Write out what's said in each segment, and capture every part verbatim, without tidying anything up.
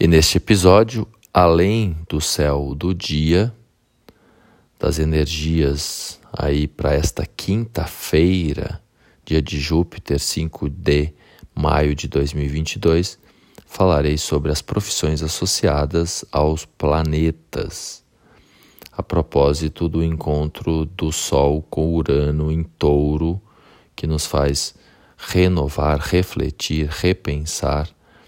E neste episódio, além do céu do dia, das energias aí para esta quinta-feira, dia de Júpiter, cinco de maio de dois mil e vinte e dois, falarei sobre as profissões associadas aos planetas, a propósito do encontro do Sol com Urano em Touro, que nos faz renovar, refletir, repensar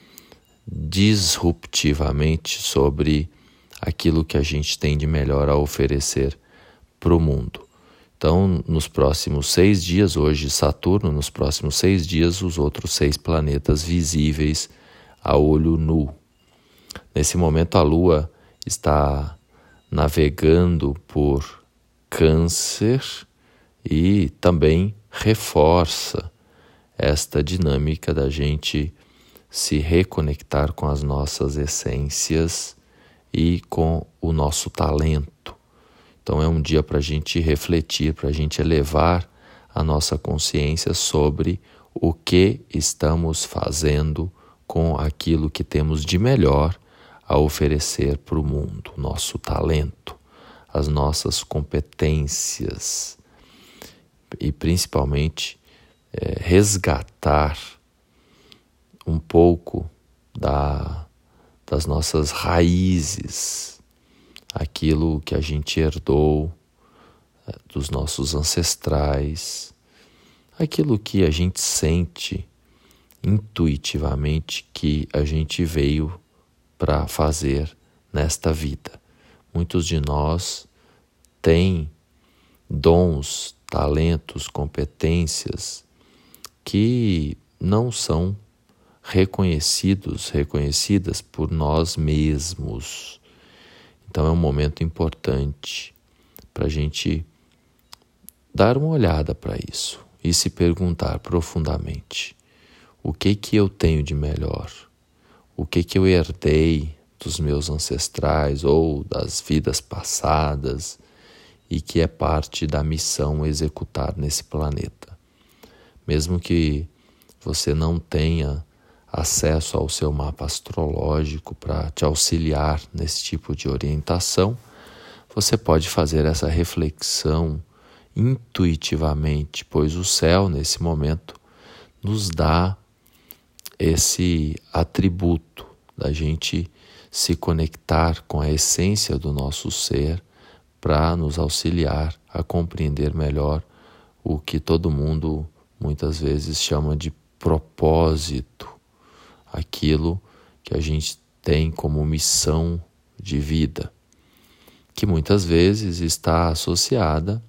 disruptivamente sobre aquilo que a gente tem de melhor a oferecer para o mundo. Então, nos próximos seis dias, hoje Saturno, nos próximos seis dias, os outros seis planetas visíveis a olho nu. Nesse momento, a Lua está navegando por Câncer e também reforça esta dinâmica da gente se reconectar com as nossas essências e com o nosso talento. Então é um dia para a gente refletir, para a gente elevar a nossa consciência sobre o que estamos fazendo com aquilo que temos de melhor a oferecer para o mundo, nosso talento, as nossas competências e principalmente é, resgatar um pouco da, das nossas raízes, aquilo que a gente herdou é, dos nossos ancestrais, aquilo que a gente sente intuitivamente que a gente veio para fazer nesta vida. Muitos de nós têm dons, talentos, competências que não são reconhecidos, reconhecidas por nós mesmos. Então é um momento importante para a gente dar uma olhada para isso e se perguntar profundamente: o que que eu tenho de melhor? O que que eu herdei dos meus ancestrais ou das vidas passadas e que é parte da missão a executar nesse planeta? Mesmo que você não tenha acesso ao seu mapa astrológico para te auxiliar nesse tipo de orientação, você pode fazer essa reflexão intuitivamente, pois o céu, nesse momento, nos dá esse atributo da gente se conectar com a essência do nosso ser para nos auxiliar a compreender melhor o que todo mundo muitas vezes chama de propósito, aquilo que a gente tem como missão de vida, que muitas vezes está associada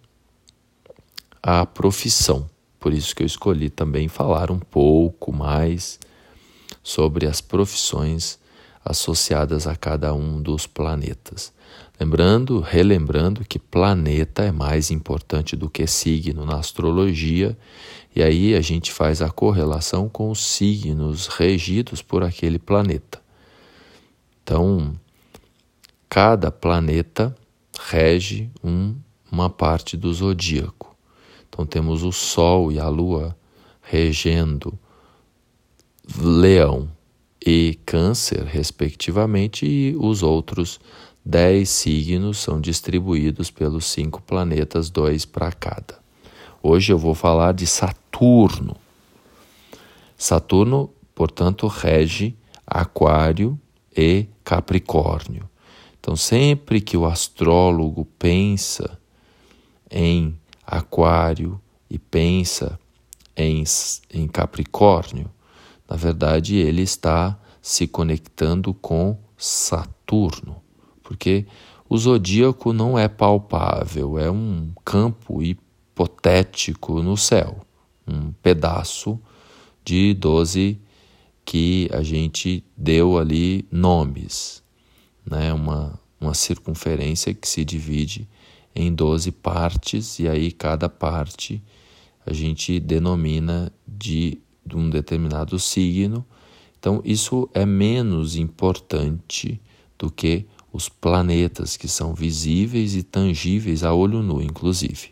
à profissão. Por isso que eu escolhi também falar um pouco mais sobre as profissões associadas a cada um dos planetas. Lembrando, relembrando que planeta é mais importante do que signo na astrologia, e aí a gente faz a correlação com os signos regidos por aquele planeta. Então, cada planeta rege um, uma parte do zodíaco. Então temos o Sol e a Lua regendo Leão e Câncer, respectivamente, e os outros dez signos são distribuídos pelos cinco planetas, dois para cada. Hoje eu vou falar de Saturno. Saturno, portanto, rege Aquário e Capricórnio. Então, sempre que o astrólogo pensa em Aquário e pensa em, em Capricórnio, na verdade, ele está se conectando com Saturno, porque o zodíaco não é palpável, é um campo hipotético no céu, um pedaço de doze que a gente deu ali nomes, né? uma, uma circunferência que se divide em doze partes, e aí cada parte a gente denomina de de um determinado signo. Então isso é menos importante do que os planetas, que são visíveis e tangíveis a olho nu, inclusive.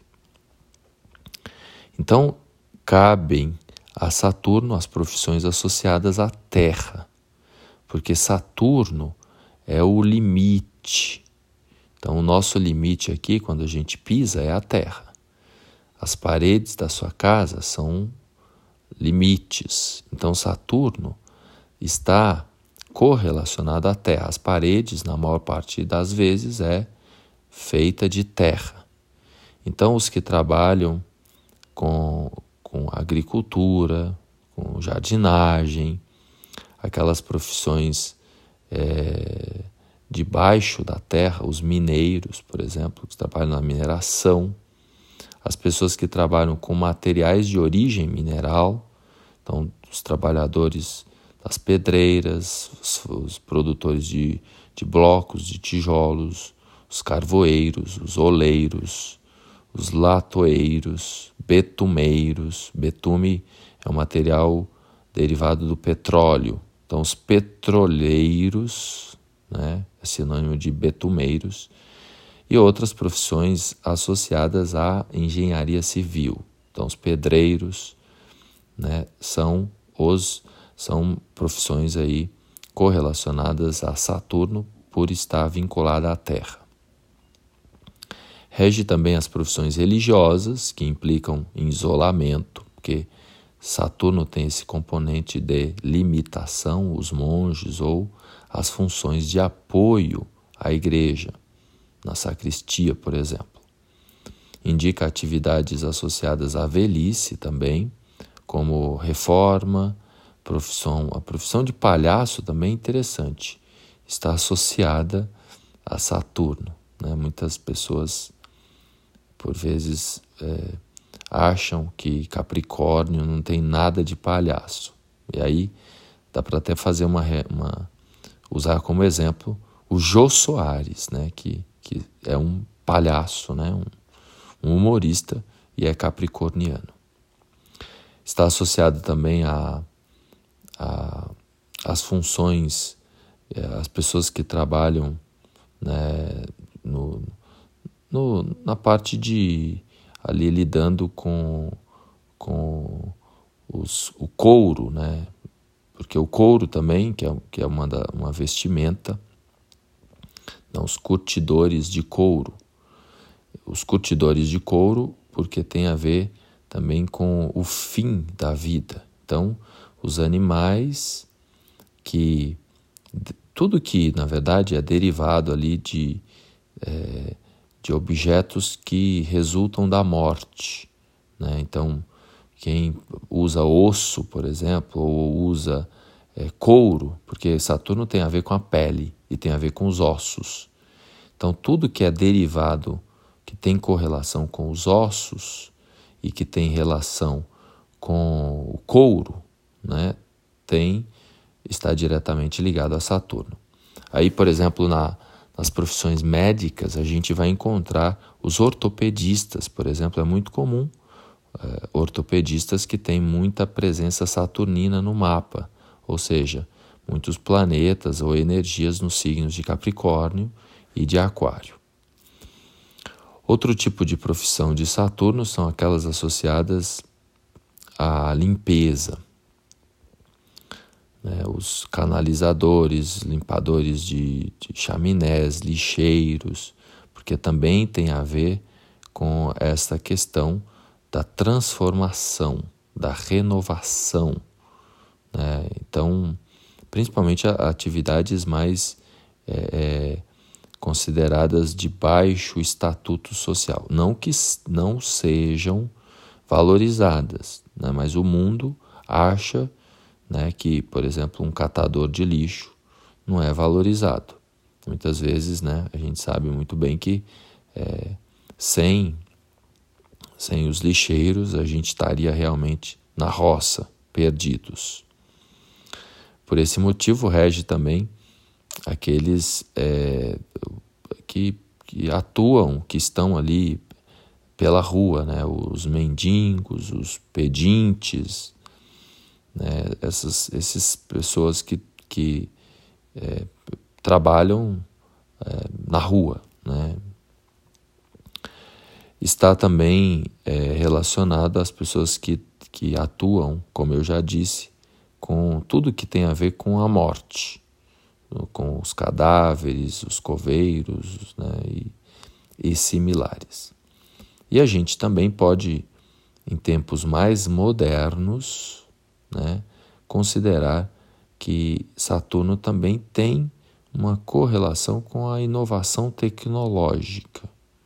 Então cabem a Saturno as profissões associadas à Terra, porque Saturno é o limite. Então, o nosso limite aqui, quando a gente pisa, é a Terra. As paredes da sua casa são limites. Então, Saturno está correlacionado à Terra. As paredes, na maior parte das vezes, é feita de terra. Então, os que trabalham com, com agricultura, com jardinagem, aquelas profissões é, debaixo da terra, os mineiros, por exemplo, que trabalham na mineração, as pessoas que trabalham com materiais de origem mineral, então os trabalhadores das pedreiras, os, os produtores de, de blocos, de tijolos, os carvoeiros, os oleiros, os latoeiros, betumeiros. Betume é um material derivado do petróleo. Então, os petroleiros, né, é sinônimo de betumeiros, e outras profissões associadas à engenharia civil. Então, os pedreiros, né, são, os, são profissões aí correlacionadas a Saturno por estar vinculada à Terra. Rege também as profissões religiosas, que implicam em isolamento, porque Saturno tem esse componente de limitação, os monges ou as funções de apoio à igreja, na sacristia, por exemplo. Indica atividades associadas à velhice também, como reforma, profissão. A profissão de palhaço também é interessante, está associada a Saturno, né? Muitas pessoas, por vezes, é, acham que Capricórnio não tem nada de palhaço. E aí dá para até fazer uma, uma usar como exemplo o Jô Soares, né, que, que é um palhaço, né, um, um humorista e é capricorniano. Está associado também a, a as funções, as pessoas que trabalham, né, no, no, na parte de ali lidando com, com os, o couro, né? Porque o couro também, que é, que é uma, da, uma vestimenta, não, os curtidores de couro. Os curtidores de couro, porque tem a ver também com o fim da vida. Então, os animais que... Tudo que, na verdade, é derivado ali de... É, de objetos que resultam da morte, né? Então, quem usa osso, por exemplo, ou usa é, couro, porque Saturno tem a ver com a pele e tem a ver com os ossos. Então, tudo que é derivado, que tem correlação com os ossos e que tem relação com o couro, né, tem, está diretamente ligado a Saturno. Aí, por exemplo, na Nas profissões médicas, a gente vai encontrar os ortopedistas, por exemplo. É muito comum é, ortopedistas que têm muita presença saturnina no mapa, ou seja, muitos planetas ou energias nos signos de Capricórnio e de Aquário. Outro tipo de profissão de Saturno são aquelas associadas à limpeza, né, os canalizadores, limpadores de, de chaminés, lixeiros, porque também tem a ver com essa questão da transformação, da renovação, né? Então, principalmente a, atividades mais é, é, consideradas de baixo estatuto social, não que não sejam valorizadas, né, mas o mundo acha, né, que, por exemplo, um catador de lixo não é valorizado. Muitas vezes, né, a gente sabe muito bem que é, sem, sem os lixeiros a gente estaria realmente na roça, perdidos. Por esse motivo, rege também aqueles é, que, que atuam, que estão ali pela rua, né, os mendigos, os pedintes, né, essas, essas pessoas que, que é, trabalham é, na rua, né. Está também é, relacionado às pessoas que, que atuam, como eu já disse, com tudo que tem a ver com a morte. com os cadáveres, os coveiros, né, e, e similares. E a gente também pode, em tempos mais modernos, né, considerar que Saturno também tem uma correlação com a inovação tecnológica.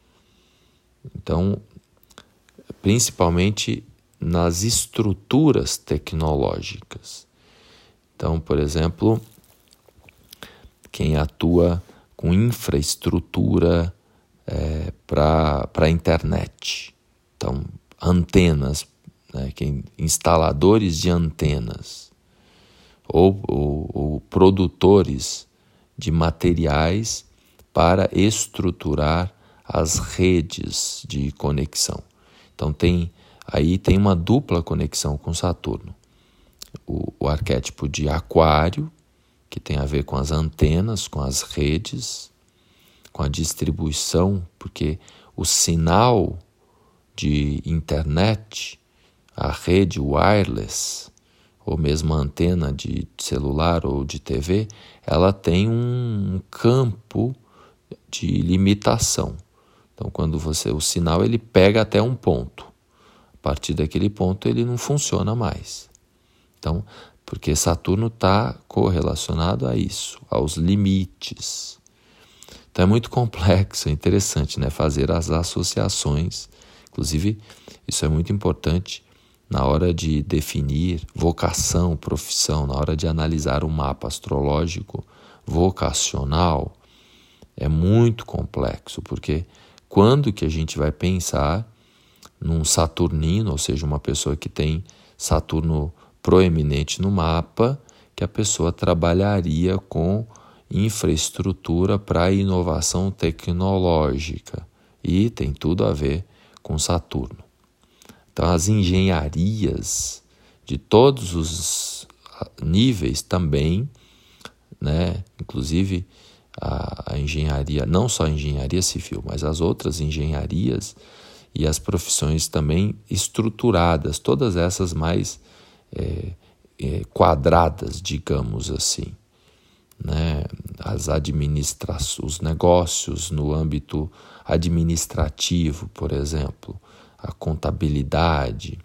Então, principalmente nas estruturas tecnológicas. Então, por exemplo, quem atua com infraestrutura é, para a internet. Então, antenas, né, quem, instaladores de antenas, ou, ou, ou produtores de materiais para estruturar as redes de conexão. Então, tem, aí tem uma dupla conexão com Saturno. O, o arquétipo de Aquário, que tem a ver com as antenas, com as redes, com a distribuição, porque o sinal de internet, a rede wireless, ou mesmo a antena de celular ou de T V, ela tem um campo de limitação. Então, quando você, o sinal ele pega até um ponto. A partir daquele ponto ele não funciona mais. Então, porque Saturno está correlacionado a isso, aos limites. Então é muito complexo, é interessante, né, fazer as associações. Inclusive, isso é muito importante na hora de definir vocação, profissão, na hora de analisar um mapa astrológico vocacional. É muito complexo, porque quando que a gente vai pensar num saturnino, ou seja, uma pessoa que tem Saturno proeminente no mapa, que a pessoa trabalharia com infraestrutura para inovação tecnológica, e tem tudo a ver com Saturno. Então, as engenharias de todos os níveis também, né, inclusive a, a engenharia, não só a engenharia civil, mas as outras engenharias e as profissões também estruturadas, todas essas mais é, é, quadradas, digamos assim, né? As administrações, os negócios no âmbito administrativo, por exemplo, a contabilidade,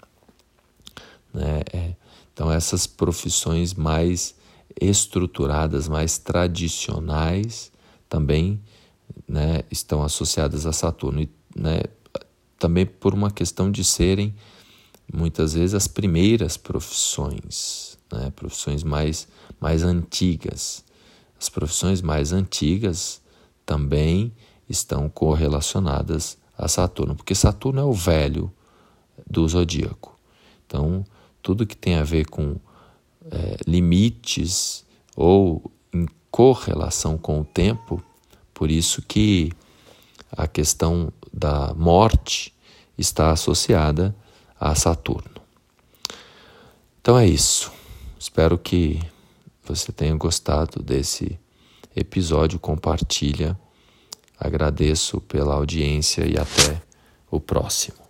né? É, então essas profissões mais estruturadas, mais tradicionais, também, né, estão associadas a Saturno, e, né, também por uma questão de serem muitas vezes as primeiras profissões, né, profissões mais, mais antigas. As profissões mais antigas também estão correlacionadas a Saturno, porque Saturno é o velho do zodíaco. Então, tudo que tem a ver com é, limites ou em correlação com o tempo, por isso que a questão da morte está associada a Saturno. Então é isso. Espero que você tenha gostado desse episódio. Compartilha. Agradeço pela audiência e até o próximo.